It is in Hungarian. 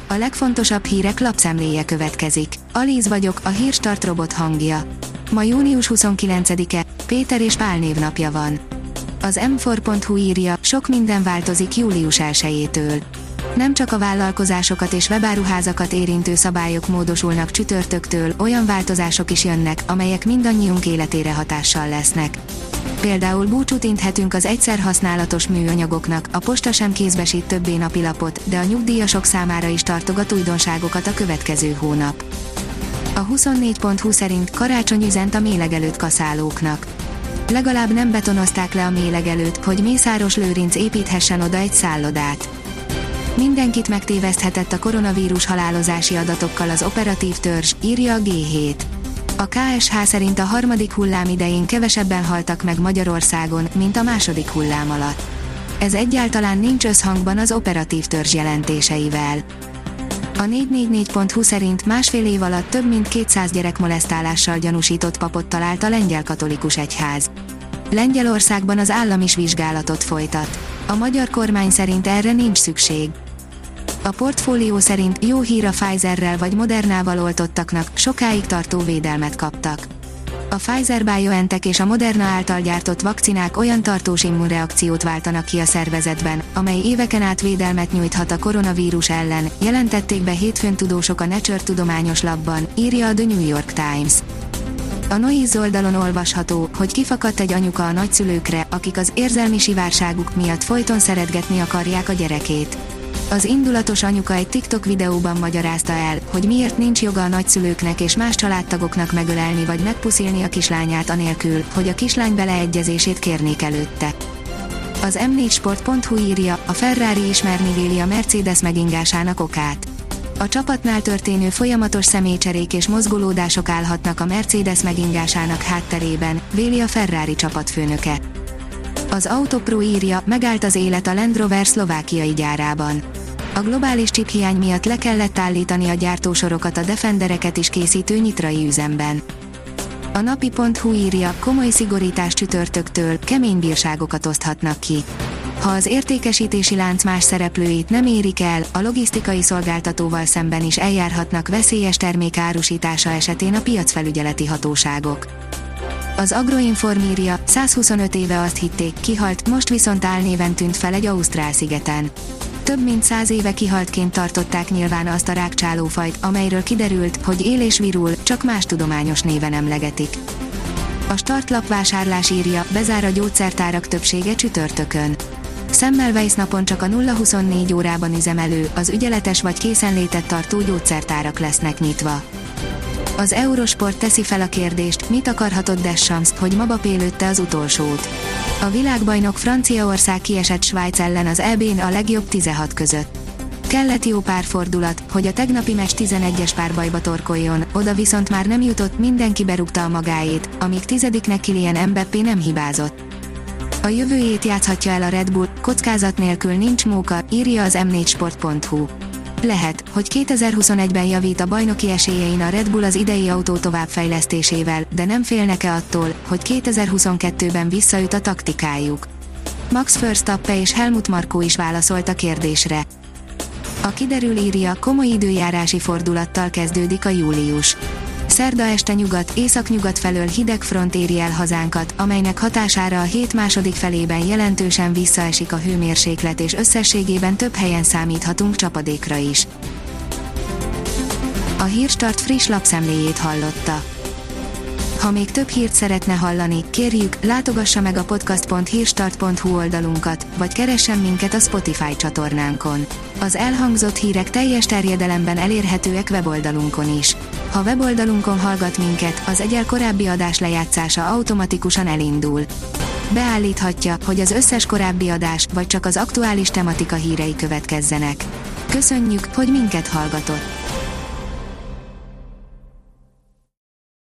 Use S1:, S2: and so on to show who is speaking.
S1: A legfontosabb hírek lapszemléje következik. Alíz vagyok, a Hírstart robot hangja. Ma június 29-e, Péter és Pál névnapja van. Az M4.hu írja, sok minden változik július 1-től. Nem csak a vállalkozásokat és webáruházakat érintő szabályok módosulnak csütörtöktől, olyan változások is jönnek, amelyek mindannyiunk életére hatással lesznek. Például búcsút inthetünk az egyszer használatos műanyagoknak, a posta sem kézbesít többé napilapot, de a nyugdíjasok számára is tartogat újdonságokat a következő hónap. A 24.hu szerint Karácsony üzent a mélegelőt kaszálóknak. Legalább nem betonozták le a mélegelőt, hogy Mészáros Lőrinc építhessen oda egy szállodát. Mindenkit megtéveszthetett a koronavírus halálozási adatokkal az operatív törzs, írja a G7. A KSH szerint a harmadik hullám idején kevesebben haltak meg Magyarországon, mint a második hullám alatt. Ez egyáltalán nincs összhangban az operatív törzs jelentéseivel. A 444.hu szerint másfél év alatt több mint 200 gyerek molesztálással gyanúsított papot talált a lengyel katolikus egyház. Lengyelországban az állam is vizsgálatot folytat. A magyar kormány szerint erre nincs szükség. A Portfólió szerint jó hír a Pfizerrel vagy Modernával oltottaknak, sokáig tartó védelmet kaptak. A Pfizer-BioNTech és a Moderna által gyártott vakcinák olyan tartós immunreakciót váltanak ki a szervezetben, amely éveken át védelmet nyújthat a koronavírus ellen, jelentették be hétfőn tudósok a Nature tudományos labban, írja a The New York Times. A Noiz oldalon olvasható, hogy kifakadt egy anyuka a nagyszülőkre, akik az érzelmi sivárságuk miatt folyton szeretgetni akarják a gyerekét. Az indulatos anyuka egy TikTok videóban magyarázta el, hogy miért nincs joga a nagyszülőknek és más családtagoknak megölelni vagy megpuszilni a kislányát anélkül, hogy a kislány beleegyezését kérnék előtte. Az M4sport.hu írja, a Ferrari ismerni véli a Mercedes megingásának okát. A csapatnál történő folyamatos személycserék és mozgolódások állhatnak a Mercedes megingásának hátterében, véli a Ferrari csapatfőnöke. Az Autopro írja, megállt az élet a Land Rover szlovákiai gyárában. A globális chiphiány miatt le kellett állítani a gyártósorokat a Defendereket is készítő nyitrai üzemben. A napi.hu írja, komoly szigorítás csütörtöktől, kemény bírságokat oszthatnak ki. Ha az értékesítési lánc más szereplőit nem érik el, a logisztikai szolgáltatóval szemben is eljárhatnak veszélyes termék árusítása esetén a piacfelügyeleti hatóságok. Az Agroinform írja, 125 éve azt hitték, kihalt, most viszont álnéven tűnt fel egy ausztrál szigeten. Több mint 100 éve kihaltként tartották nyilván azt a rágcsálófajt, amelyről kiderült, hogy él és virul, csak más tudományos néven emlegetik. A startlap vásárlás írja, bezár a gyógyszertárak többsége csütörtökön. Semmelweis napon csak a 0-24 órában üzemelő, az ügyeletes vagy készenlétet tartó gyógyszertárak lesznek nyitva. Az Eurosport teszi fel a kérdést, mit akarhatott Deschamps, hogy Mbappé lőtte az utolsót. A világbajnok Franciaország kiesett Svájc ellen az EB-n a legjobb 16 között. Kellett jó párfordulat, hogy a tegnapi meccs 11-es párbajba torkoljon, oda viszont már nem jutott, mindenki berúgta a magáét, amíg 10-nek Kylian Mbappé nem hibázott. A jövőjét játszhatja el a Red Bull, kockázat nélkül nincs móka, írja az m4sport.hu. Lehet, hogy 2021-ben javít a bajnoki esélyein a Red Bull az idei autó továbbfejlesztésével, de nem félnek-e attól, hogy 2022-ben visszaüt a taktikájuk. Max Verstappen és Helmut Marko is válaszolt a kérdésre. A kiderül írja, komoly időjárási fordulattal kezdődik a július. Szerda este nyugat, északnyugat felől hideg front éri el hazánkat, amelynek hatására a hét második felében jelentősen visszaesik a hőmérséklet és összességében több helyen számíthatunk csapadékra is. A Hírstart friss lapszemléjét hallotta. Ha még több hírt szeretne hallani, kérjük, látogassa meg a podcast.hírstart.hu oldalunkat, vagy keressen minket a Spotify csatornánkon. Az elhangzott hírek teljes terjedelemben elérhetőek weboldalunkon is. Ha weboldalunkon hallgat minket, az egyel korábbi adás lejátszása automatikusan elindul. Beállíthatja, hogy az összes korábbi adás, vagy csak az aktuális tematika hírei következzenek. Köszönjük, hogy minket hallgatott!